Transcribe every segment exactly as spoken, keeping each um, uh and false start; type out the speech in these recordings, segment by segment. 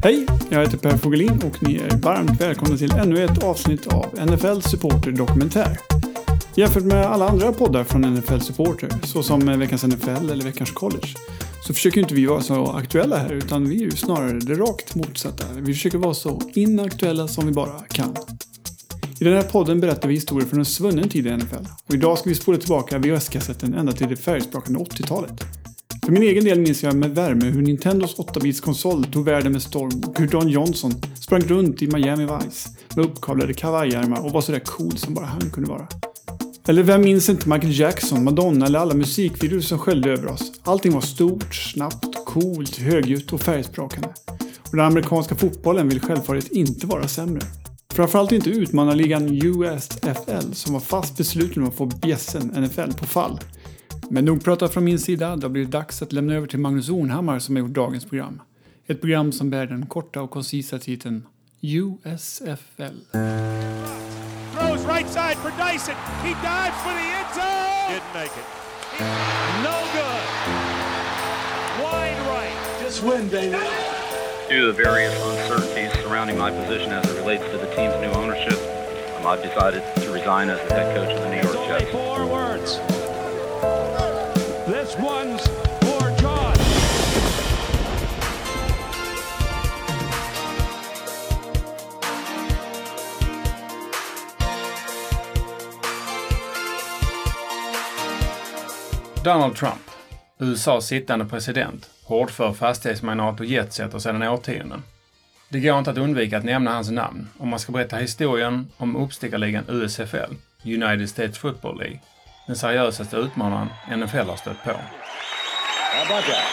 Hej, jag heter Per Fogelin och ni är varmt välkomna till ännu ett avsnitt av N F L Supporter Dokumentär. Jämfört med alla andra poddar från N F L Supporter, såsom Veckans N F L eller Veckans College, så försöker inte vi vara så aktuella här, utan vi är ju snarare det rakt motsatta. Vi försöker vara så inaktuella som vi bara kan. I den här podden berättar vi historier från en svunnen tid i N F L. Och idag ska vi spola tillbaka V H S-kassetten ända till det färgsprakande åttiotalet. För min egen del minns jag med värme hur Nintendos åtta-bits konsol tog världen med storm och hur Don Johnson sprang runt i Miami Vice med uppkavlade kavajärmar och var sådär cool som bara han kunde vara. Eller vem minns inte Michael Jackson, Madonna eller alla musikvideor som sköljde över oss. Allting var stort, snabbt, coolt, högljutt och färgsprakande. Och den amerikanska fotbollen vill självfallet inte vara sämre. Framförallt inte utmanarligan U S F L som var fast besluten att få bjässen N F L på fall. Men nog pratat från min sida, då blir det dags att lämna över till Magnus Ornhammar som har gjort dagens program. Ett program som bär den korta och koncisa titeln U S F L. Throws right side for Dyson. He dives for the end zone. Didn't make it. No good. Wide right. Just win, baby. Due to the various uncertainties surrounding my position as it relates to the team's new ownership, um, I've decided to resign as the head coach of the New York Jets. It's only four words. This one's for John. Donald Trump, U S A:s sittande president, hårdför fastighetsmagnat och jetsetter sedan årtionden. Det går inte att undvika att nämna hans namn om man ska berätta historien om uppstickarligan U S F L, United States Football League, den seriösaste utmanaren N F L har stött på. How about that?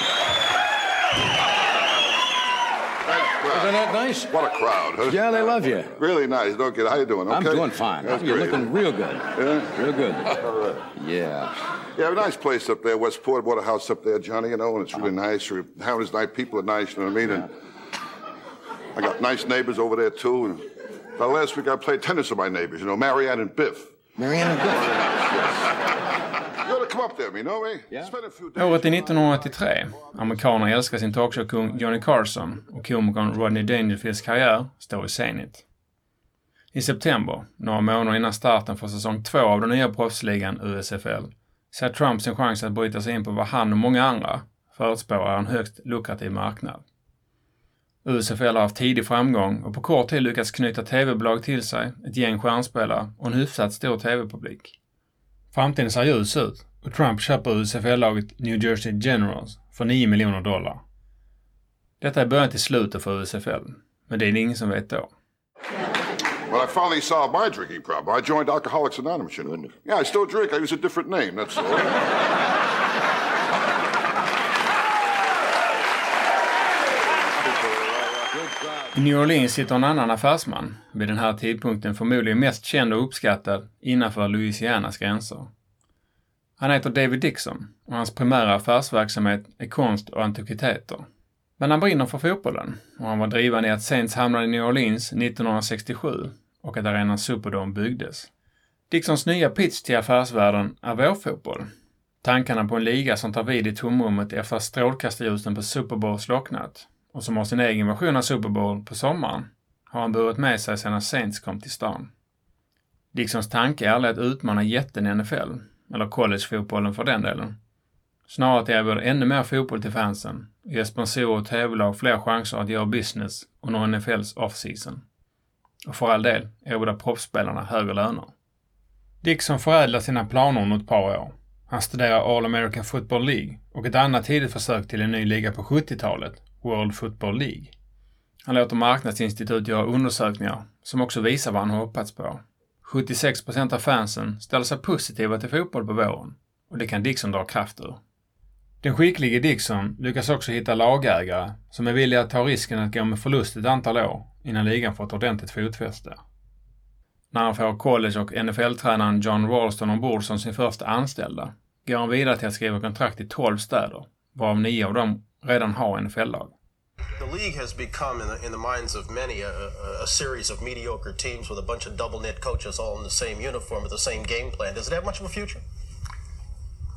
Isn't that nice? What a crowd, huh? Yeah, they love you. Really nice. Don't get. How you doing? Okay. I'm doing fine. That's You're great. looking real good. Yeah? Real good. All right. Yeah. Yeah, a nice place up there, Westport. Bought a house up there, Johnny, you know, and it's really nice. Town is nice. People are nice, you know what I mean? And I got nice neighbors over there, too. And the last week I played tennis with my neighbors, you know, Marianne and Biff. Marianne and Biff. Året är nittonhundraåttiotre. Amerikaner älskar sin talkshow-kung Johnny Carson och komikern Rodney Dangerfields karriär står i zenit. I september, några månader innan starten för säsong två av den nya proffsligan U S F L, ser Trump sin chans att bryta sig in på vad han och många andra förutspår är en högst lukrativ marknad. U S F L har haft tidig framgång och på kort tid lyckats knyta tv-bolag till sig, ett gäng stjärnspelare och en hyfsat stor tv-publik. Framtiden ser ljus ut och Trump köper U S F L-laget New Jersey Generals för nio miljoner dollar. Detta är början till slutet för U S F L, men det är det ingen som vet då. Well, I finally solved my drinking problem. I joined Alcoholics Anonymous. Yeah, I still drink. I use a different name, that's all. I New Orleans sitter en annan affärsman, vid den här tidpunkten förmodligen mest känd och uppskattad innanför Louisianas gränser. Han heter David Dixon och hans primära affärsverksamhet är konst och antikviteter. Men han brinner för fotbollen och han var drivande i att Saints hamnade i New Orleans nittonhundrasextiosju och att arenan Superdome byggdes. Dixons nya pitch till affärsvärlden är vårfotboll. Tankarna på en liga som tar vid i tomrummet efter att strålkastarljusen på Super Bowl slocknat och som har sin egen version av Super Bowl på sommaren har han burit med sig sedan Saints kom till stan. Dixons tanke är aldrig att utmana jätten N F L, eller collegefotbollen för den delen. Snarare att erbjuda ännu mer fotboll till fansen, ge sponsorer och tv-bolag fler chanser att göra business under N F L:s off-season. Och för all del erbjuda proffsspelarna högre löner. Dixon förädlar sina planer under ett par år. Han studerar All American Football League och ett annat tidigt försök till en ny liga på sjuttiotalet, World Football League. Han låter marknadsinstitut göra undersökningar som också visar vad han har hoppats på. sjuttiosex procent av fansen ställer sig positiva till fotboll på våren och det kan Dixon dra kraft ur. Den skicklige Dixon lyckas också hitta lagägare som är villiga att ta risken att gå med förlust ett antal år innan ligan får ett ordentligt fotfäste. När han får college- och N F L-tränaren John Ralston ombord som sin första anställda går han vidare till att skriva kontrakt i tolv städer, varav nio av dem redan har N F L-lag. The league has become, in the, in the minds of many, a, a, a series of mediocre teams with a bunch of double-knit coaches all in the same uniform with the same game plan. Does it have much of a future?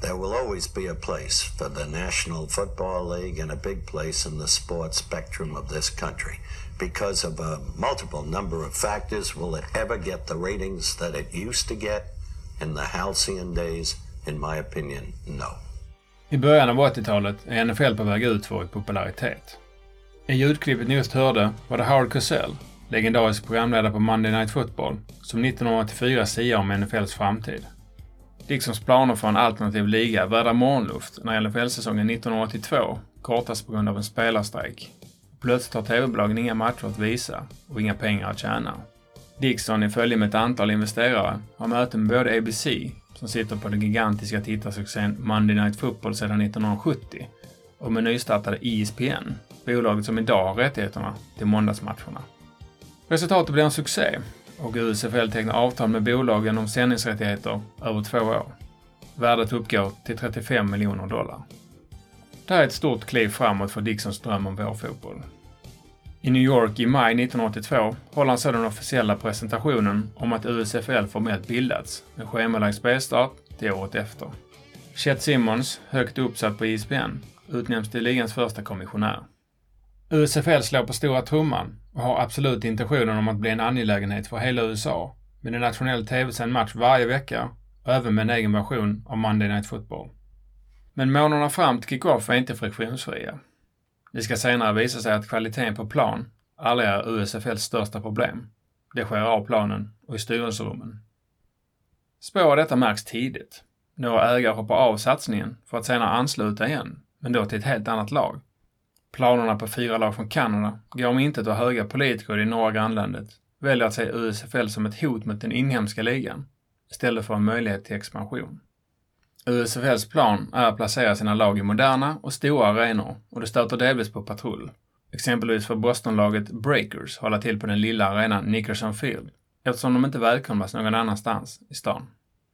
There will always be a place for the National Football League and a big place in the sports spectrum of this country. Because of a multiple number of factors, will it ever get the ratings that it used to get in the halcyon days? In my opinion, no. I början av åttiotalet är N F L på väg utför i popularitet. I ljudklippet ni just hörde var det Howard Cosell, legendarisk programledare på Monday Night Football, som nittonhundraåttiofyra siar om N F L:s framtid. Dixons planer för en alternativ liga värda morgonluft när N F L-säsongen nittonhundraåttiotvå kortas på grund av en spelarstrejk. Plötsligt har tv-bolagen inga matcher att visa och inga pengar att tjäna. Dixon i följe med ett antal investerare har möten med både A B C, som sitter på den gigantiska tittarsuccén Monday Night Football sedan nittonhundrasjuttio, och med nystartade E S P N, bolaget som idag har rättigheterna till måndagsmatcherna. Resultatet blev en succé och U S F L tecknar avtal med bolagen om sändningsrättigheter över två år. Värdet uppgår till trettiofem miljoner dollar. Det här är ett stort kliv framåt för Dixons dröm om vårfotboll. I New York i maj nittonhundraåttiotvå håller han så den officiella presentationen om att U S F L formellt bildats med schemalagd spelstart till året efter. Chet Simmons, högt uppsatt på E S P N, utnämns till ligans första kommissionär. U S F L slår på stora trumman och har absolut intentionen om att bli en angelägenhet för hela U S A, med en nationell tv-sänd match varje vecka och även med en egen version av Monday Night Football. Men månaderna fram till kick-off är inte friktionsfria. Det ska senare visa sig att kvaliteten på plan aldrig är U S F L:s största problem. Det sker av planen och i styrelserummen. Spår av detta märks tidigt. Några ägare hoppar av satsningen för att senare ansluta igen, men då till ett helt annat lag. Planerna på fyra lag från Kanada går om inte att höga politiker i norra grannlandet väljer att se U S F L som ett hot mot den inhemska ligan istället för en möjlighet till expansion. U S F L:s plan är att placera sina lag i moderna och stora arenor, och det stöter delvis på patrull. Exempelvis för Bostonlaget Breakers hålla till på den lilla arenan Nickerson Field, eftersom de inte välkomnas någon annanstans i stan.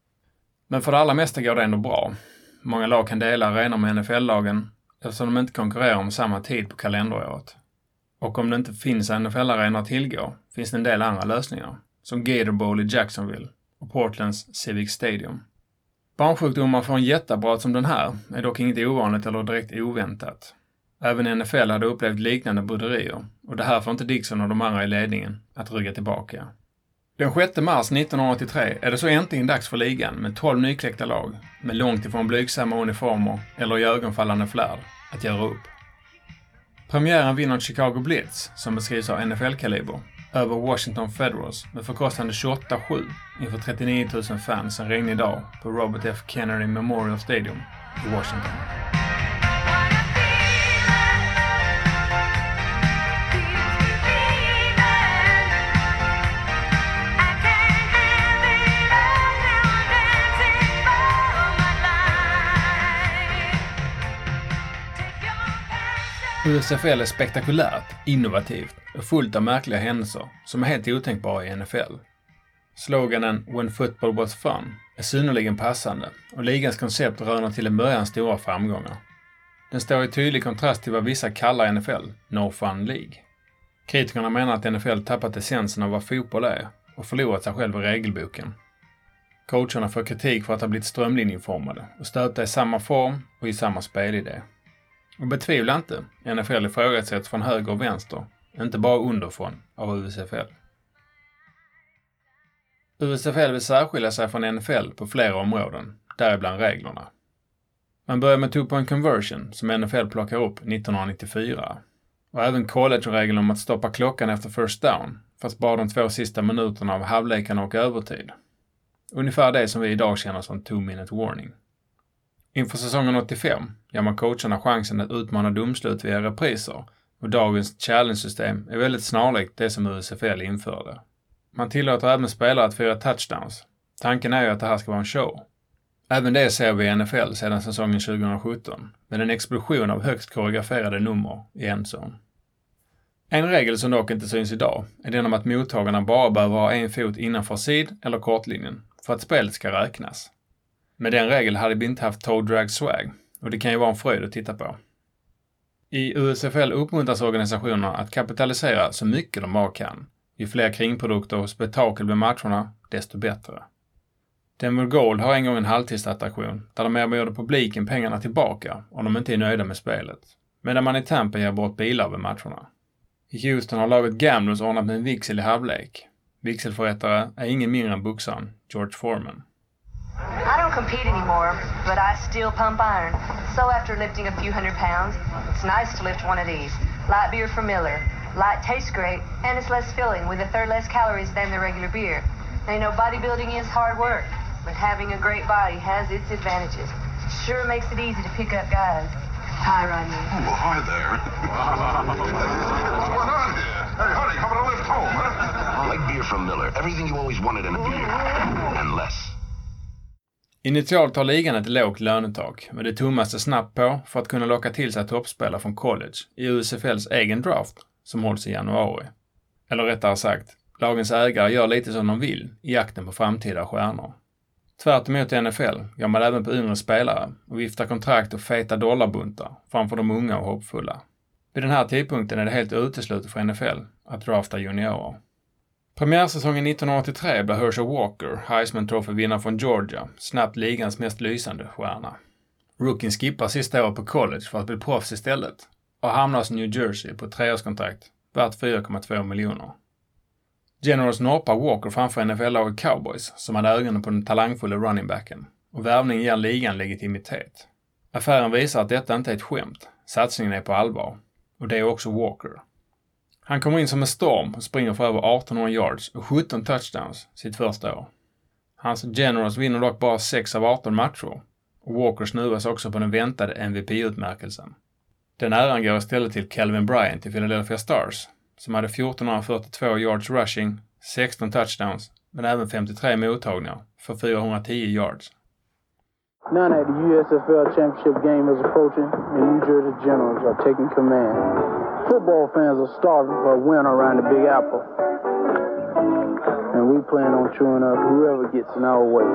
Men för det allra mesta går det ändå bra. Många lag kan dela arenor med N F L-lagen eftersom de inte konkurrerar om samma tid på kalenderåret. Och om det inte finns N F L-arenor att tillgå finns det en del andra lösningar, som Gator Bowl i Jacksonville och Portlands Civic Stadium. Barnsjukdomar från jättebrott som den här är dock inget ovanligt eller direkt oväntat. Även N F L hade upplevt liknande bryderier, och det här får inte Dixon och de andra i ledningen att rygga tillbaka. Den sjätte mars nittonhundraåttiotre är det så äntligen dags för ligan med tolv nykläckta lag, med långt ifrån blygsamma uniformer eller i ögonfallande flärd, att göra upp. Premiären vinner Chicago Blitz, som beskrivs av N F L-kaliber, över Washington Federals med förkostande tjugoåtta sju inför trettionio tusen fans en regnig dag på Robert F. Kennedy Memorial Stadium i Washington. U S F L är spektakulärt, innovativt och fullt av märkliga händelser som är helt otänkbara i N F L. Sloganen "When football was fun" är synnerligen passande, och ligans koncept röner till en början stora framgångar. Den står i tydlig kontrast till vad vissa kallar N F L No Fun League. Kritikerna menar att N F L tappat essensen av vad fotboll är och förlorat sig själv i regelboken. Coacherna får kritik för att ha blivit strömlinjeformade och stöta i samma form och i samma spelidé. Och betvivla inte, N F L ifrågasätts från höger och vänster, inte bara underifrån av U S F L. U S F L vill särskilja sig från N F L på flera områden, däribland reglerna. Man börjar med two-point conversion som N F L plockar upp nittonhundranittiofyra. Och även college-regeln om att stoppa klockan efter first down, fast bara de två sista minuterna av halvlekarna och övertid. Ungefär det som vi idag känner som two-minute warning. Inför säsongen åttiofem ger man coacherna chansen att utmana domslut via repriser, och dagens challenge-system är väldigt snarlikt det som U S F L införde. Man tillåter även spelare att fira touchdowns. Tanken är ju att det här ska vara en show. Även det ser vi i N F L sedan säsongen tjugosjutton, med en explosion av högst koreograferade nummer i endzone. En regel som dock inte syns idag är den om att mottagarna bara behöver ha en fot innanför sid- eller kortlinjen för att spelet ska räknas. Med den regeln hade vi inte haft toe drag swag, och det kan ju vara en fröjd att titta på. I U S F L uppmuntras organisationer att kapitalisera så mycket de bara kan. Ju fler kringprodukter och spektakel med matcherna, desto bättre. Denver Gold har en gång en halvtidsattraktion där de erbjuder publiken pengarna tillbaka om de inte är nöjda med spelet, medan man i Tampa ger bort bilar vid matcherna. I Houston har laget Gamblers ordnat med en vigsel i halvlek. Vigselförrättare är ingen mindre än boxaren George Foreman. I don't compete anymore, but I still pump iron. So after lifting a few hundred pounds, it's nice to lift one of these. Light beer from Miller. Light tastes great, and it's less filling with a third less calories than the regular beer. Now, you know, bodybuilding is hard work, but having a great body has its advantages. Sure makes it easy to pick up guys. Hi, Rodney. Oh, hi there. What's going on here? Hey, honey, how about a lift home, huh? Light beer from Miller. Everything you always wanted in a beer. And less. Initialt har ligan ett lågt lönetak, men det tummas det snabbt på för att kunna locka till sig toppspelare från college i U S F L:s egen draft som hålls i januari. Eller rättare sagt, lagens ägare gör lite som de vill i jakten på framtida stjärnor. Tvärt emot N F L går man även på yngre spelare och viftar kontrakt och feta dollarbuntar framför de unga och hoppfulla. Vid den här tidpunkten är det helt uteslutet för N F L att drafta juniorer. Premiärsäsongen nittonhundraåttiotre blev Herschel Walker, Heisman Trophy-vinnare från Georgia, snabbt ligans mest lysande stjärna. Rookien skippar sista året på college för att bli proffs istället och hamnar hos New Jersey på ett treårskontrakt värt fyra komma två miljoner. Generals norpar Walker framför N F L-laget Cowboys som hade ögonen på den talangfulla runningbacken och värvningen ger ligan legitimitet. Affären visar att detta inte är ett skämt, satsningen är på allvar och det är också Walker. Han kommer in som en storm och springer för över artonhundra yards och sjutton touchdowns sitt första år. Hans Generals vinner dock bara sex av arton matcher och Walker snuvas också på den väntade M V P-utmärkelsen. Den äran går istället till Calvin Bryant i Philadelphia Stars som hade fjortonhundrafyrtiotvå yards rushing, sexton touchdowns men även femtiotre mottagningar för fyrahundratio yards. Now that the U S F L championship game is approaching and New Jersey Generals are taking command, football fans are starving for a win around the Big Apple. And we plan on chewing up whoever gets in our way.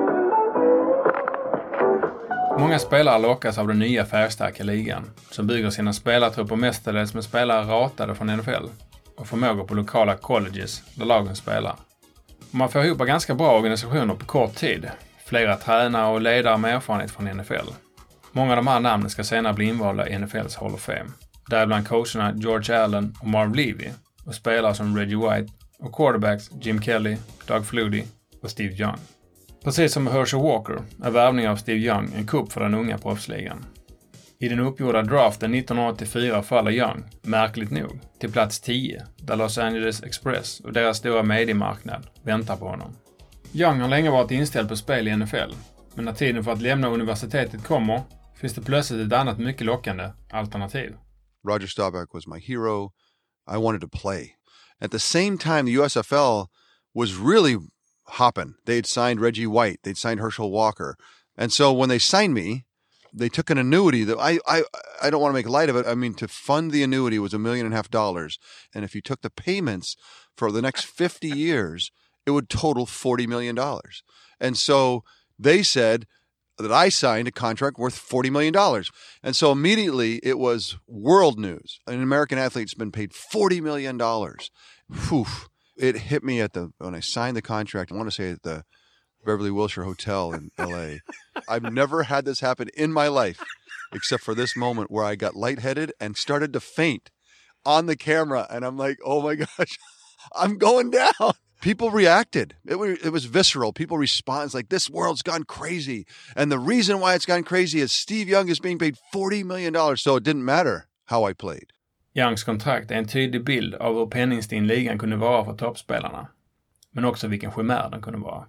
Många spelare lockas av den nya färgstarka ligan som bygger sina spelartrupper mestadels med spelare ratade från N F L och förmågor på lokala colleges där lagen spelar. Och man får ihop ganska bra organisationer på kort tid. Flera tränare och ledare med erfarenhet från N F L. Många av de här namnen ska senare bli invalda i N F L:s Hall of Fame. Däribland coacherna George Allen och Marv Levy och spelare som Reggie White och quarterbacks Jim Kelly, Doug Flutie och Steve Young. Precis som med Herschel Walker är värvningen av Steve Young en kupp för den unga proffsligan. I den uppgjorda draften nittonhundraåttiofyra faller Young, märkligt nog, till plats tio där Los Angeles Express och deras stora mediemarknad väntar på honom. Young har länge varit inställd på spel i N F L, men när tiden för att lämna universitetet kommer finns det plötsligt ett annat mycket lockande alternativ. Roger Staubach was my hero. I wanted to play. At the same time, the U S F L was really hopping. They had signed Reggie White. They'd signed Herschel Walker. And so when they signed me, they took an annuity that I, I, I don't want to make light of it. I mean, to fund the annuity was a million and a half dollars. And if you took the payments for the next fifty years, it would total forty million dollars. And so they said that I signed a contract worth forty million dollars. And so immediately it was world news. An American athlete's been paid forty million dollars. Whew. It hit me at the, when I signed the contract, I want to say at the Beverly Wilshire Hotel in L A. I've never had this happen in my life, except for this moment where I got lightheaded and started to faint on the camera. And I'm like, oh my gosh, I'm going down. People reacted. It was, it was visceral. People respond. It's like, this world's gone crazy. And the reason why it's gone crazy is Steve Young is being paid forty million dollars. So it didn't matter how I played. Youngs kontrakt är en tydlig bild av hur penningstinn ligan kunde vara för toppspelarna. Men också vilken chimär den kunde vara.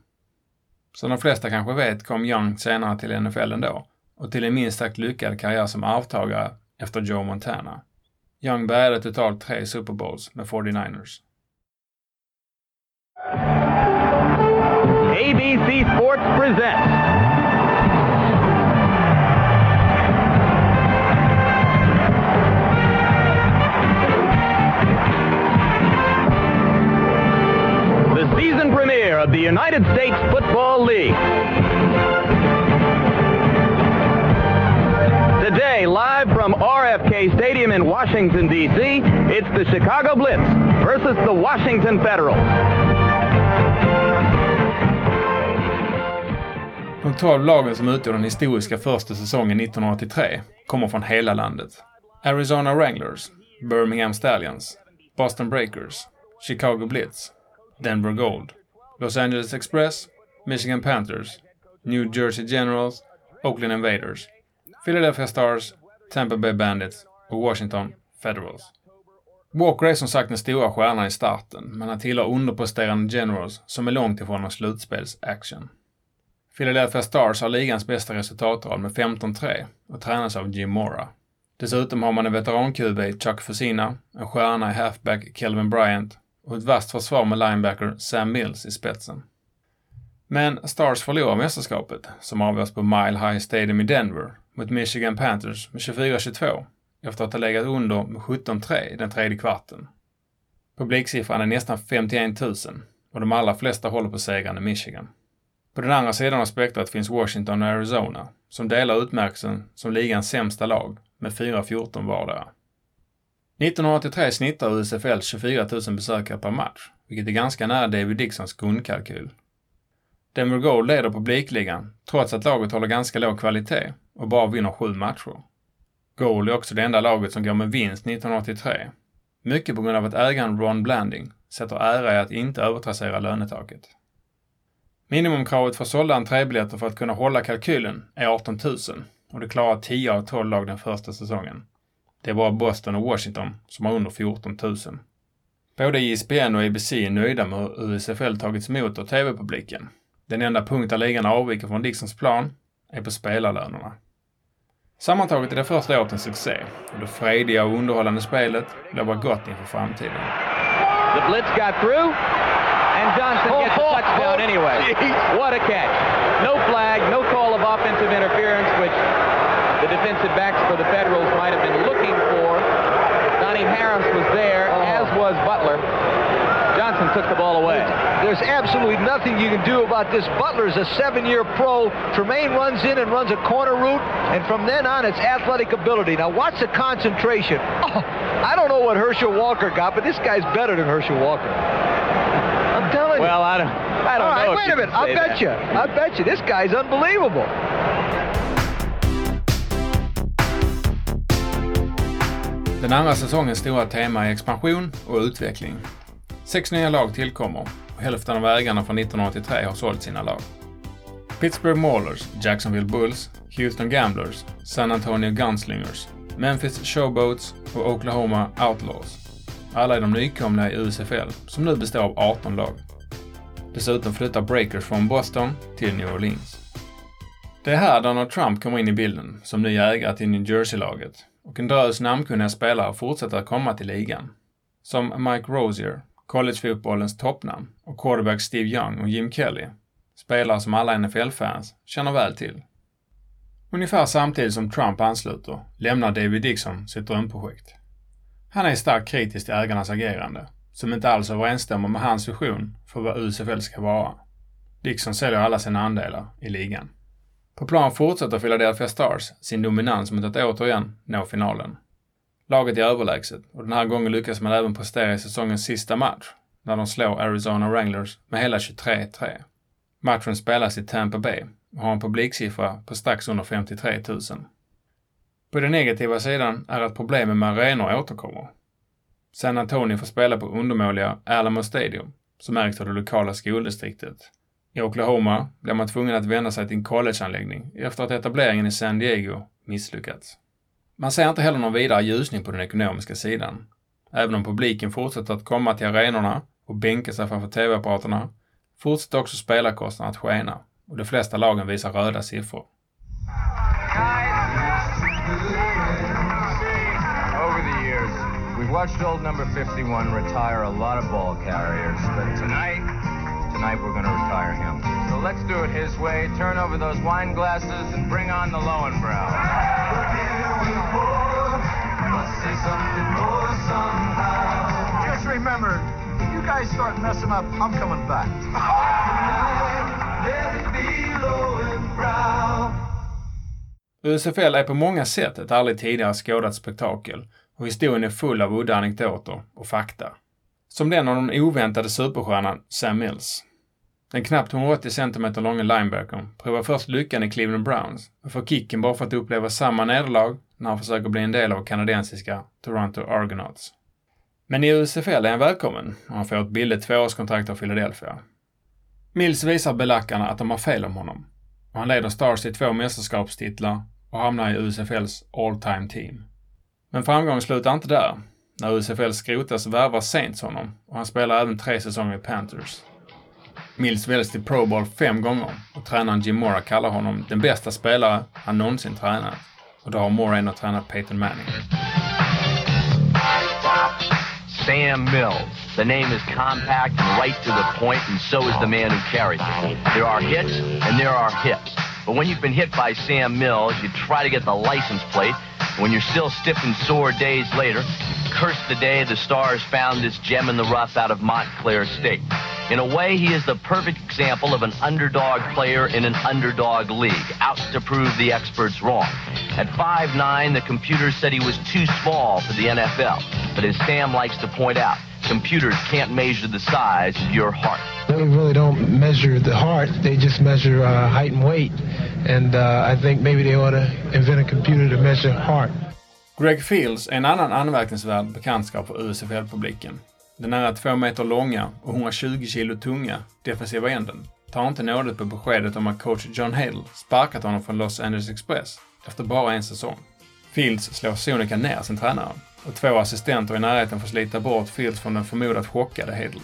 Som de flesta kanske vet kom Young senare till N F L ändå. Och till en minst sagt lyckad karriär som arvtagare efter Joe Montana. Young bärgade totalt tre Super Bowls med fyrtionioers. A B C Sports presents the season premiere of the United States Football League. Today, live from R F K Stadium in Washington, D C, it's the Chicago Blitz versus the Washington Federals. De tolv lagen som utgör den historiska första säsongen nittonhundraåttiotre kommer från hela landet. Arizona Wranglers, Birmingham Stallions, Boston Breakers, Chicago Blitz, Denver Gold, Los Angeles Express, Michigan Panthers, New Jersey Generals, Oakland Invaders, Philadelphia Stars, Tampa Bay Bandits och Washington Federals. Walker är som sagt den stora stjärnan i starten, men han tillhör underpresterande Generals som är långt ifrån någon slutspels-action. Philadelphia Stars har ligans bästa resultatrad med femton tre och tränas av Jim Mora. Dessutom har man en veteran-Q B Chuck Fusina, en stjärna i halfback Kelvin Bryant och ett vasst försvar med linebacker Sam Mills i spetsen. Men Stars förlorar mästerskapet, som avgörs på Mile High Stadium i Denver, mot Michigan Panthers med tjugofyra tjugotvå efter att ha legat under med sjutton tre i den tredje kvarten. Publiksiffran är nästan femtioen tusen och de allra flesta håller på segrande Michigan. På den andra sidan av spektrat finns Washington och Arizona, som delar utmärkelsen som ligans sämsta lag med fyra fjorton vardera. nittonhundraåttiotre snittar U S F L tjugofyra tusen besökare per match, vilket är ganska nära David Dixons grundkalkyl. Denver Gold leder publikligan trots att laget håller ganska låg kvalitet och bara vinner sju matcher. Gold är också det enda laget som går med vinst nittonhundraåttiotre, mycket på grund av att ägaren Ron Blanding sätter ära i att inte övertrassera lönetaket. Minimumkravet för sålda entrébiljetter för att kunna hålla kalkylen är arton tusen och det klarar tio av tolv lag den första säsongen. Det är bara Boston och Washington som har under fjorton tusen. Både E S P N och A B C är nöjda med hur U S F L tagits emot av tv-publiken. Den enda punkt där ligan avviker från Dixons plan är på spelarlönerna. Sammantaget är det första året en succé och det frediga och underhållande spelet lovar gott inför framtiden. The blitz got through and Johnson gets a touchdown anyway. What a catch. No flag, no call of offensive interference, which the defensive backs for the Federals might have been looking for. Donnie Harris was there, as was Butler. Johnson took the ball away. There's absolutely nothing you can do about this. Butler's a seven-year pro. Tremaine runs in and runs a corner route, and from then on it's athletic ability. Now watch the concentration. Oh, I don't know what Herschel Walker got, but this guy's better than Herschel Walker. I'm telling you. Well, I don't, I don't All right, know. Wait a minute. I bet you. I bet you. This guy's unbelievable. Den andra säsongens stora tema är expansion och utveckling. Sex nya lag tillkommer och hälften av ägarna från nittonhundraåttiotre har sålt sina lag. Pittsburgh Maulers, Jacksonville Bulls, Houston Gamblers, San Antonio Gunslingers, Memphis Showboats och Oklahoma Outlaws. Alla är de nykomna i U S F L som nu består av arton lag. Dessutom flyttar Breakers från Boston till New Orleans. Det är här Donald Trump kommer in i bilden som ny ägare till New Jersey-laget och en drös namnkunniga spelare fortsätter att komma till ligan. Som Mike Rozier, collegefotbollens toppnamn, och quarterback Steve Young och Jim Kelly, spelare som alla N F L-fans känner väl till. Ungefär samtidigt som Trump ansluter lämnar David Dixon sitt drömprojekt. Han är starkt kritisk till ägarnas agerande, som inte alls överensstämmer med hans vision för vad U S F L ska vara. Dixon säljer alla sina andelar i ligan. På plan fortsätter Philadelphia Stars sin dominans mot att återigen nå finalen. Laget är överlägset och den här gången lyckas man även prestera i säsongens sista match när de slår Arizona Wranglers med hela tjugotre tre. Matchen spelas i Tampa Bay och har en publiksiffra på strax under femtiotre tusen. På den negativa sidan är att problemen med arenor återkommer. San Antonio får spela på undermåliga Alamo Stadium som ägs av det lokala skoldistriktet. I Oklahoma blir man tvungen att vända sig till en collegeanläggning efter att etableringen i San Diego misslyckats. Man ser inte heller någon vidare ljusning på den ekonomiska sidan. Även om publiken fortsätter att komma till arenorna och bänka sig framför tv-apparaterna fortsätter också spelarkostnaderna att skena och de flesta lagen visar röda siffror. Over the years, we've watched old number fifty-one retire a lot of ball carriers, but tonight, tonight we're going to retire him. So let's do it his way, turn over those wine glasses and bring on the Lowenbrow. Just remember, if you guys start messing up, I'm coming back. U S F L är på många sätt ett aldrig tidigare skådat spektakel och historien är full av udda anekdoter och fakta. Som den av den oväntade superstjärnan Sam Mills. Den knappt hundraåttio centimeter långa linebackern provar först lyckan i Cleveland Browns och får kicken bara för att uppleva samma nederlag när han försöker bli en del av kanadensiska Toronto Argonauts. Men i U S F L är han välkommen och han får ett billigt tvåårskontrakt av Philadelphia. Mills visar belackarna att de har fel om honom och han leder Stars till två mästerskapstitlar och hamnar i U S F L:s all-time team. Men framgången slutar inte där. När U S F L skrotas värvar Saints honom och han spelar även tre säsonger i Panthers. Mills väljs till Pro Bowl fem gånger och tränaren Jim Mora kallar honom den bästa spelare han någonsin tränat. Och då har Mora ändå tränat Peyton Manning. Sam Mills. The name is compact and right to the point, and so is the man who carries it. There are hits and there are hits. But when you've been hit by Sam Mills, you try to get the license plate. When you're still stiff and sore days later, you curse the day the Stars found this gem in the rough out of Montclair State. In a way, he is the perfect example of an underdog player in an underdog league, out to prove the experts wrong. At five nine, the computers said he was too small for the N F L. But as Sam likes to point out, computers can't measure the size of your heart. They really don't measure the heart, they just measure uh, height and weight. And uh, I think maybe they ought to invent a computer to measure heart. Greg Fields är en annan anmärkningsvärd bekantskap för U S F L-publiken. Den nära två meter långa och hundratjugo kilo tunga defensiva änden tar inte nådigt på beskedet om att coach John Hale sparkat honom från Los Angeles Express efter bara en säsong. Fields slår sonika ner sin tränare och två assistenter i närheten får slita bort Fields från den förmodat chockade Hale.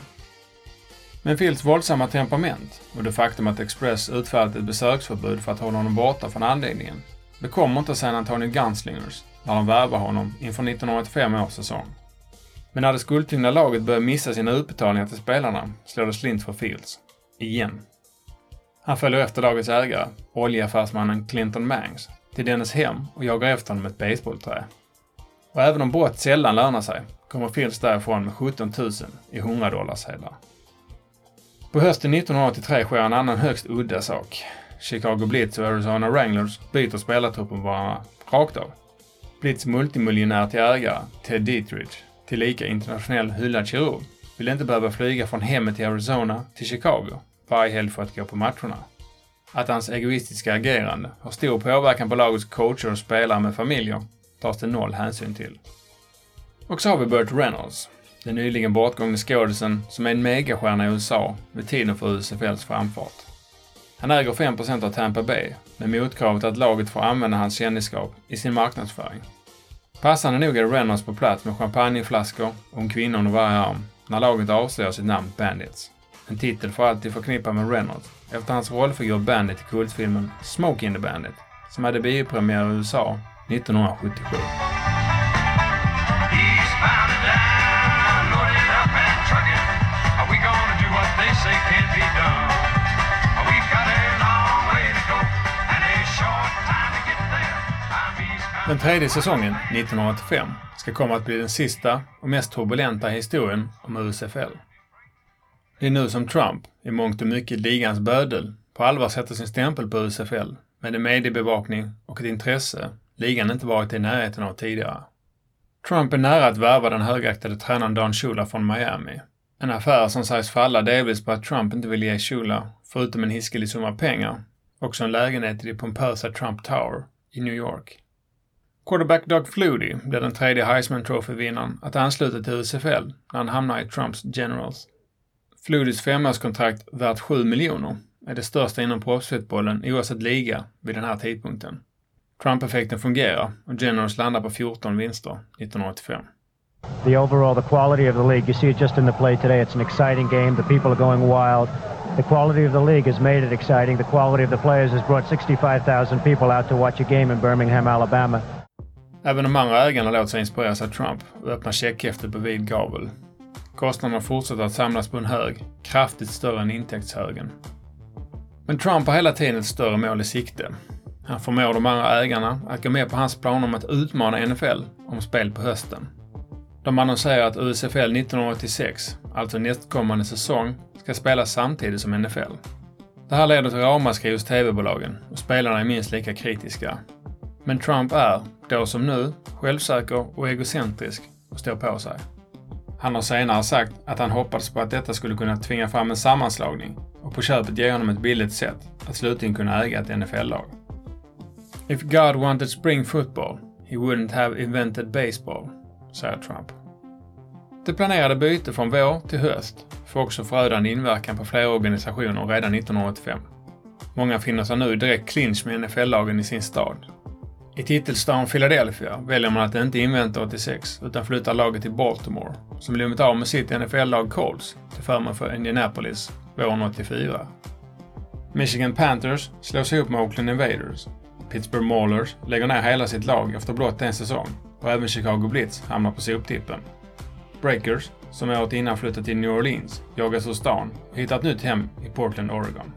Men Fields våldsamma temperament och det faktum att Express utfärdat ett besöksförbud för att hålla honom borta från anläggningen bekommer inte San Antonio Gunslingers när de värvar honom inför nittonhundraåttiofem års säsong. Men när det skuldtyngda laget börjar missa sina utbetalningar till spelarna slår det slint för Fields. Igen. Han följer efter lagets ägare, oljeaffärsmannen Clinton Mangs, till dennes hem och jagar efter honom med ett baseballträ. Och även om brott sällan lönar sig kommer Fields därifrån med sjutton tusen i hundra dollarsedlar. På hösten nittonhundraåttiotre sker en annan högst udda sak. Chicago Blitz och Arizona Wranglers byter spelartruppen varandra rakt av. Blitz multimiljonär till ägare, Ted Dietrich, tillika internationell hyllad kirurg, vill inte behöva flyga från hemmet i Arizona till Chicago varje helg för att gå på matcherna. Att hans egoistiska agerande har stor påverkan på lagets coacher och spelare med familjer tas det noll hänsyn till. Och så har vi Burt Reynolds, den nyligen bortgångne skådisen som är en megastjärna i U S A vid tiden för U S F L:s framfart. Han äger fem procent av Tampa Bay med motkravet att laget får använda hans kändisskap i sin marknadsföring. Passande nog är Reynolds på plats med champagneflaskor och en kvinna under varje arm när laget avslöjar sitt namn Bandits. En titel för alltid förknippad med Reynolds efter hans rollfigur Bandit i kultfilmen Smokey and the Bandit som hade biopremiär i U S A nittonhundrasjuttiosju. Den tredje säsongen, nittonhundraåttiofem, ska komma att bli den sista och mest turbulenta historien om U S F L. Det är nu som Trump, i mångt och mycket ligans bödel, på allvar sätter sin stämpel på U S F L med en mediebevakning och ett intresse ligan inte varit i närheten av tidigare. Trump är nära att värva den högaktade tränaren Don Shula från Miami. En affär som sägs falla delvis på att Trump inte vill ge Shula, förutom en hiskelig summa pengar, också en lägenhet i det pompösa Trump Tower i New York. Quarterback Doug Flutie blev den tredje Heisman Trophy-vinnaren att ansluta till U S F L när han hamnar i Trumps Generals. Fluties femårskontrakt värt sju miljoner är det största inom proffsfotbollen oavsett liga vid den här tidpunkten. Trump-effekten fungerar och Generals landar på fjorton vinster nittonhundraåttiofem. The overall, the quality of the league, you see it just in the play today, it's an exciting game, the people are going wild. The quality of the league has made it exciting, the quality of the players has brought sixty-five thousand people out to watch a game in Birmingham, Alabama. Även de andra ägarna låter sig inspireras av Trump och öppnar checkhäftet på vid gavel. Kostnaderna fortsätter att samlas på en hög, kraftigt större än intäktshögen. Men Trump har hela tiden ett större mål i sikte. Han förmår de andra ägarna att gå med på hans planer om att utmana N F L om spel på hösten. De annonserar att U S F L nittonhundraåttiosex, alltså nästkommande säsong, ska spelas samtidigt som N F L. Det här leder till ramaskri hos tv-bolagen och spelarna är minst lika kritiska. Men Trump är, då som nu, självsäker och egocentrisk och står på sig. Han har senare sagt att han hoppades på att detta skulle kunna tvinga fram en sammanslagning och på köpet ger honom ett billigt sätt att slutligen kunna äga ett N F L-lag. If God wanted spring football, he wouldn't have invented baseball, säger Trump. Det planerade byte från vår till höst får också förödande inverkan på flera organisationer redan nittonhundraåttiofem. Många finner sig nu i direkt clinch med N F L-lagen i sin stad. I titelstaden Philadelphia väljer man att inte invänta åttiosex utan flyttar laget till Baltimore, som blivit av med sitt N F L-lag Colts till förmån för Indianapolis våren åttiofyra. Michigan Panthers slås ihop med Oakland Invaders. Pittsburgh Maulers lägger ner hela sitt lag efter blott en säsong och även Chicago Blitz hamnar på soptippen. Breakers, som året innan flyttat till New Orleans, jagas ur stan och hittar ett nytt hem i Portland, Oregon.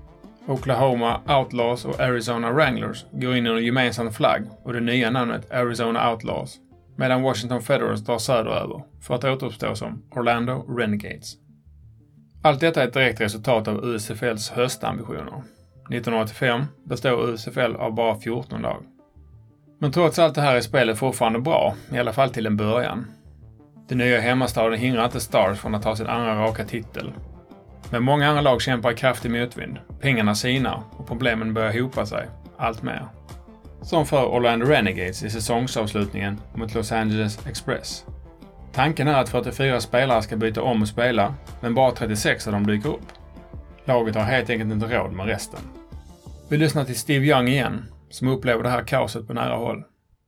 Oklahoma Outlaws och Arizona Wranglers går in under gemensam flagg och det nya namnet Arizona Outlaws, medan Washington Federals drar söderöver för att återuppstå som Orlando Renegades. Allt detta är ett direkt resultat av U S F L:s höstambitioner. nittonhundraåttiofem består U S F L av bara fjorton lag. Men trots allt det här är spelet fortfarande bra, i alla fall till en början. Den nya hemmastaden hindrar inte Stars från att ta sin andra raka titel. Men många andra lag kämpar i kraftig motvind, pengarna sinar och problemen börjar hopa sig, allt mer. Som för Orlando Renegades i säsongsavslutningen mot Los Angeles Express. Tanken är att fyrtiofyra spelare ska byta om och spela, men bara trettiosex av dem dyker upp. Laget har helt enkelt inte råd med resten. Vi lyssnar till Steve Young igen, som upplever det här kaoset på nära håll.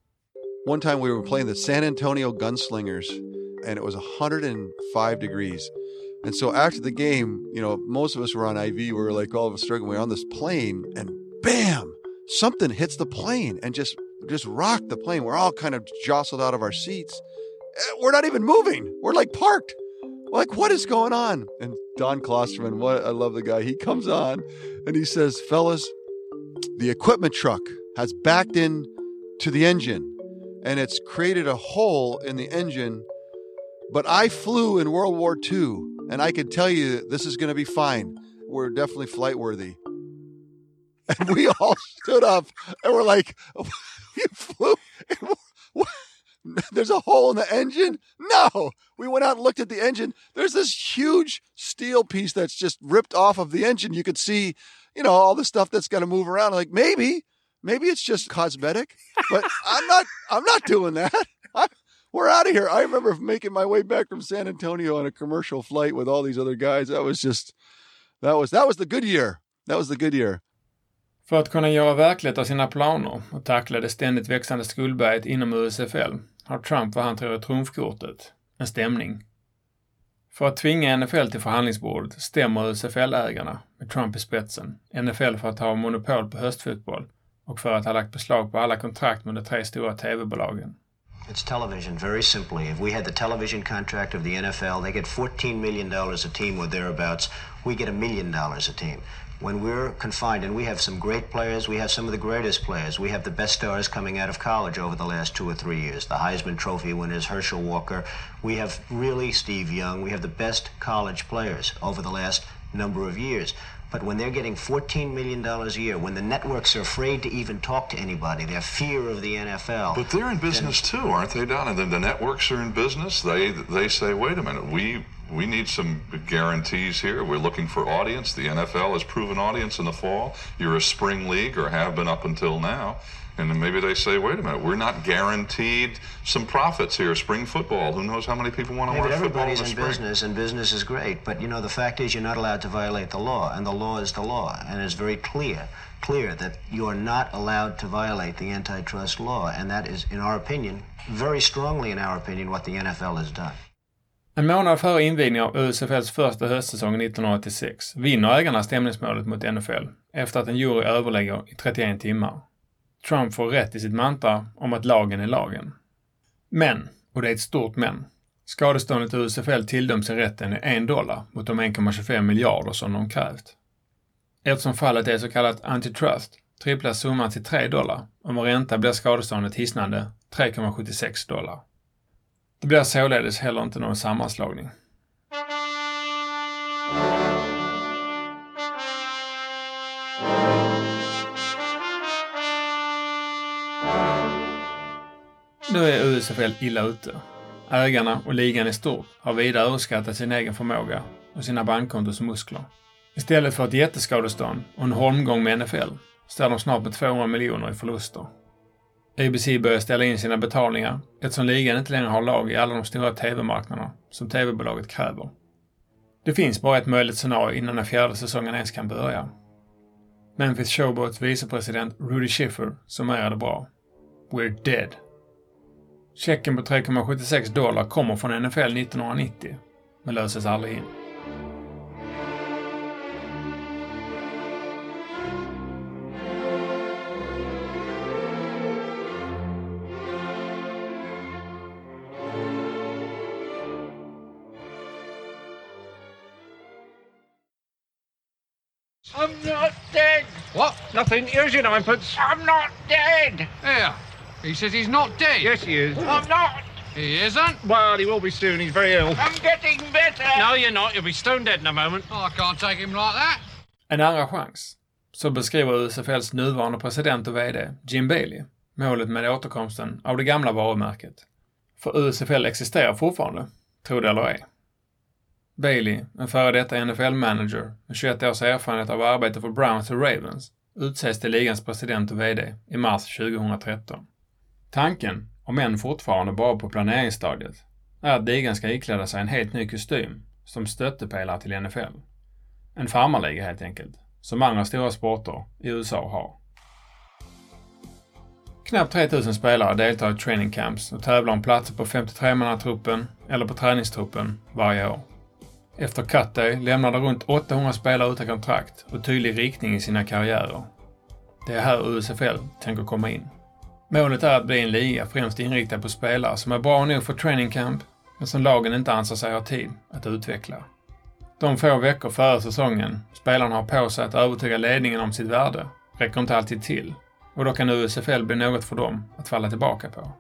One time we were playing the San Antonio Gunslingers, and it was one hundred five degrees. And so after the game, you know, most of us were on I V. We were like all of a sudden we were on this plane, and bam, something hits the plane and just just rocked the plane. We're all kind of jostled out of our seats. We're not even moving. We're like parked. We're like, what is going on? And Don Klosterman, what I love the guy. He comes on and he says, fellas, the equipment truck has backed in to the engine and it's created a hole in the engine. But I flew in World War Two, and I can tell you this is going to be fine. We're definitely flight worthy. And we all stood up and we're like, you flew? There's a hole in the engine? No! We went out and looked at the engine. There's this huge steel piece that's just ripped off of the engine. You could see, you know, all the stuff that's got to move around. Like, maybe, maybe it's just cosmetic, but I'm not, I'm not doing that. I'm, We're out of here. I remember making my way back from San Antonio on a commercial flight with all these other guys. That was just, that was, that was the good year. That was the good year. För att kunna göra verklighet av sina planer och tackla det ständigt växande skuldberget inom U S F L har Trump vad han tror är trumfkortet, en stämning. För att tvinga N F L till förhandlingsbordet stämmer U S F L-ägarna med Trump i spetsen, N F L för att ha monopol på höstfotboll och för att ha lagt beslag på alla kontrakt med de tre stora tv-bolagen. It's television, very simply. If we had the television contract of the N F L, they get fourteen million dollars a team or thereabouts. We get a million dollars a team. When we're confined, and we have some great players, we have some of the greatest players. We have the best stars coming out of college over the last two or three years. The Heisman Trophy winners, Herschel Walker. We have really Steve Young. We have the best college players over the last number of years. But when they're getting fourteen million dollars a year, when the networks are afraid to even talk to anybody, they're fear of the N F L. But they're in business too, aren't they, Don? And then the networks are in business. They they say, wait a minute, we we need some guarantees here. We're looking for audience. The N F L has proven audience in the fall. You're a spring league, or have been up until now. And then maybe they say, wait a minute, we're not guaranteed some profits here. Spring football, who knows how many people want to yeah, watch but football in everybody's the in spring. business, and business is great. But, you know, the fact is you're not allowed to violate the law, and the law is the law. And it's very clear, clear that you are not allowed to violate the antitrust law. And that is, in our opinion, very strongly in our opinion, what the N F L has done. En månad före invigningen av U S F L:s första höstsäsong nittonhundraåttiosex vinner ägarna stämningsmålet mot N F L efter att en jury överlägger i trettioen timmar. Trump får rätt i sitt mantra om att lagen är lagen. Men, och det är ett stort men, skadeståndet U S F L tilldöms i rätten är en dollar mot de en komma tjugofem miljarder som de krävt. Eftersom fallet är så kallat antitrust tripplas summan till tre dollar och med ränta blir skadeståndet hisnande tre komma sjuttiosex dollar. Det blir således heller inte någon sammanslagning. Nu är U S F L illa ute. Ägarna och ligan i stort har vidare överskattat sin egen förmåga och sina bankkontos muskler. Istället för ett jätteskadestånd och en holmgång med N F L står de snart med tvåhundra miljoner i förluster. A B C börjar ställa in sina betalningar eftersom ligan inte längre har lag i alla de stora tv-marknaderna som tv-bolaget kräver. Det finns bara ett möjligt scenario innan den fjärde säsongen ens kan börja. Memphis Showboats vicepresident Rudy Schiffer summerade bra. We're dead. Checken på tre komma sjuttiosex dollar kommer från N F L nittonhundranittio, men löses aldrig in. I'm not dead. What? Nothing. Here's your ninepence. I'm not dead. Here. He says he's not dead. Yes, he is. I'm not. He isn't? Well, he will be soon. He's very ill. I'm getting better. No, you're not. You'll be stone dead in a moment. Oh, I can't take him like that. En andra chans. Så beskriver U S F L:s nuvarande president och vd, Jim Bailey, målet med återkomsten av det gamla varumärket. För U S F L existerar fortfarande, tror det eller ej. Bailey, en före detta N F L-manager med tjugoett års erfarenhet av arbete för Browns och Ravens, utses till ligans president och vd i mars tjugohundratretton. Tanken, om än fortfarande bara på planeringsstadiet, är att ligan ska ikläda sig en helt ny kostym som stöttepelare till N F L. En farmarliga helt enkelt, som andra stora sporter i U S A har. Knappt tre tusen spelare deltar i training camps och tävlar om platser på femtiotre-mannatruppen eller på träningstruppen varje år. Efter cut day lämnar det runt åttahundra spelare utan kontrakt och tydlig riktning i sina karriärer. Det är här U S F L tänker komma in. Målet är att bli en liga främst inriktad på spelare som är bra nog för training camp men som lagen inte anser sig ha tid att utveckla. De få veckor före säsongen spelarna har på sig att övertyga ledningen om sitt värde räcker inte alltid till och då kan U S F L bli något för dem att falla tillbaka på.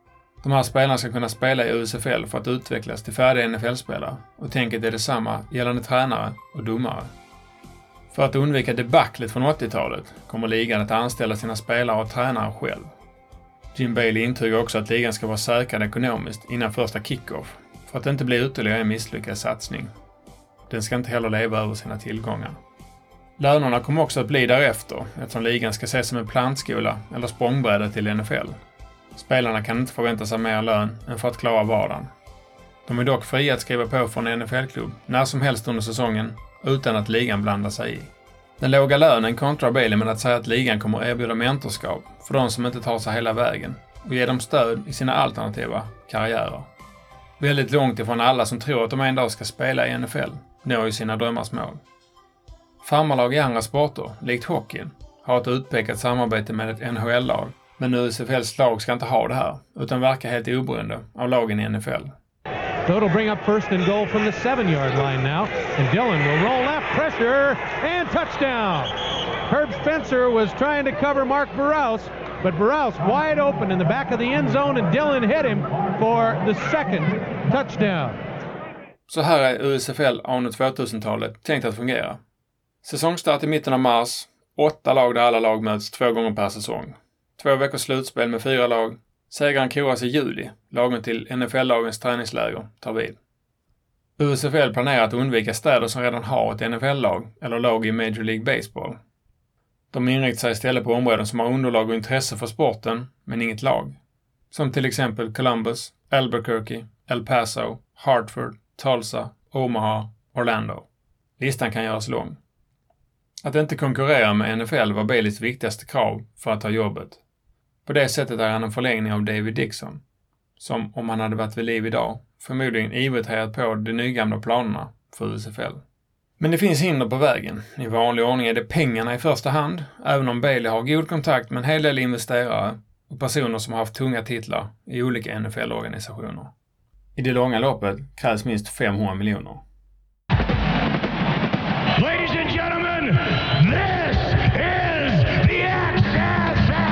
De här spelarna ska kunna spela i U S F L för att utvecklas till färdiga N F L-spelare och tänket är detsamma gällande tränare och domare. För att undvika debaclet från åttiotalet kommer ligan att anställa sina spelare och tränare själv. Jim Bailey intygar också att ligan ska vara säkrad ekonomiskt innan första kickoff för att det inte blir ytterligare en misslyckad satsning. Den ska inte heller leva över sina tillgångar. Lönerna kommer också att bli därefter eftersom ligan ska ses som en plantskola eller språngbräda till N F L. Spelarna kan inte förvänta sig mer lön än för att klara vardagen. De är dock fria att skriva på från en N F L-klubb när som helst under säsongen utan att ligan blandar sig i. Den låga lönen kontrar Bailey med att säga att ligan kommer att erbjuda mentorskap för de som inte tar sig hela vägen och ge dem stöd i sina alternativa karriärer. Väldigt långt ifrån alla som tror att de en dag ska spela i N F L når ju sina drömmars mål. Farmarlag i andra sporter, likt hockeyn, har ett utpekat samarbete med ett N H L-lag, men U S F L:s lag ska inte ha det här, utan verkar helt oberoende av lagen i N F L. So it'll bring up first and goal from the seven-yard line now, and Dillon will roll left, pressure, and touchdown! Herb Spencer was trying to cover Mark Burrows, but Burrows wide open in the back of the end zone, and Dillon hit him for the second touchdown. Så här är U S F L anno tvåtusentalet tänkt att fungera. Säsongstart i mitten av mars, åtta lag där alla lag möts två gånger per säsong. Två veckors slutspel med fyra lag. Segraren koras i juli, lagen till N F L-lagens träningsläger tar vid. U S F L planerar att undvika städer som redan har ett N F L-lag eller lag i Major League Baseball. De inriktar sig istället på områden som har underlag och intresse för sporten, men inget lag. Som till exempel Columbus, Albuquerque, El Paso, Hartford, Tulsa, Omaha, Orlando. Listan kan göras lång. Att inte konkurrera med N F L var Baileys viktigaste krav för att ta jobbet. På det sättet är han en förlängning av David Dixon, som om han hade varit vid liv idag förmodligen ivrigt hejat på de nygamla planerna för U S F L. Men det finns hinder på vägen. I vanlig ordning är det pengarna i första hand, även om Bailey har god kontakt med en hel del investerare och personer som har haft tunga titlar i olika N F L-organisationer. I det långa loppet krävs minst femhundra miljoner. Ladies and gentlemen, this is the X F L!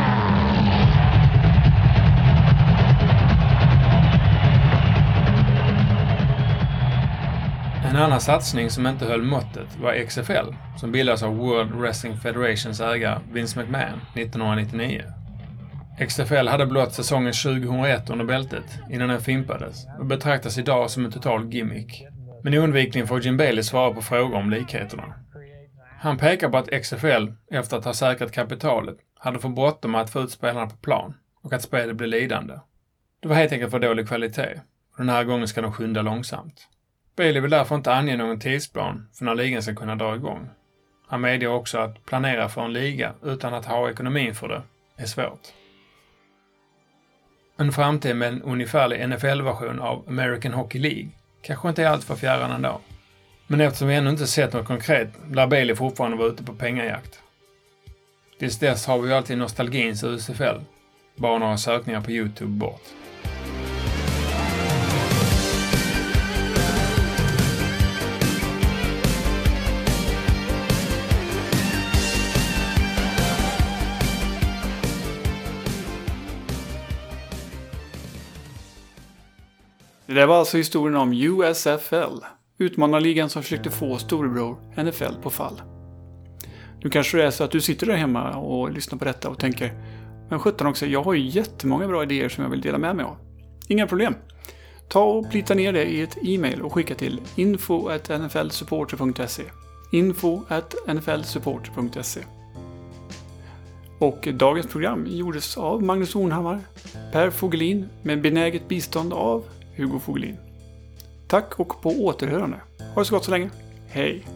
En annan satsning som inte höll måttet var X F L, som bildades av World Wrestling Federations ägare Vince McMahon nittonhundranittionio. X F L hade blott säsongen tjugohundraett under bältet innan den fimpades och betraktas idag som en total gimmick. Men oundvikligen får Jim Bailey svara på frågor om likheterna. Han pekar på att X F L, efter att ha säkrat kapitalet, hade för bråttom att få ut spelarna på plan och att spelet blev lidande. Det var helt enkelt för dålig kvalitet och den här gången ska de skynda långsamt. Bailey vill därför inte ange någon tidsplan för när ligan ska kunna dra igång. Han medger också att planera för en liga utan att ha ekonomin för det är svårt. En framtid med en ungefärlig N F L-version av American Hockey League kanske inte är allt för fjärran ändå. Men eftersom vi ännu inte sett något konkret lär Bailey fortfarande vara ute på pengajakt. Tills dess har vi ju alltid nostalgins U S F L. Bara några sökningar på YouTube bort. Det där var alltså historien om U S F L, utmanarligan som försökte få storebror N F L på fall. Nu kanske det är så att du sitter där hemma och lyssnar på detta och tänker, men sjutton också, jag har ju jättemånga bra idéer som jag vill dela med mig av. Inga problem. Ta och plita ner det i ett e-mail och skicka till info at n f l supporter punkt se info at n f l supporter punkt se. Och dagens program gjordes av Magnus Ornhammar, Per Fogelin med benäget bistånd av Hugo Fogelin. Tack och på återhörande. Ha det så gott så länge. Hej!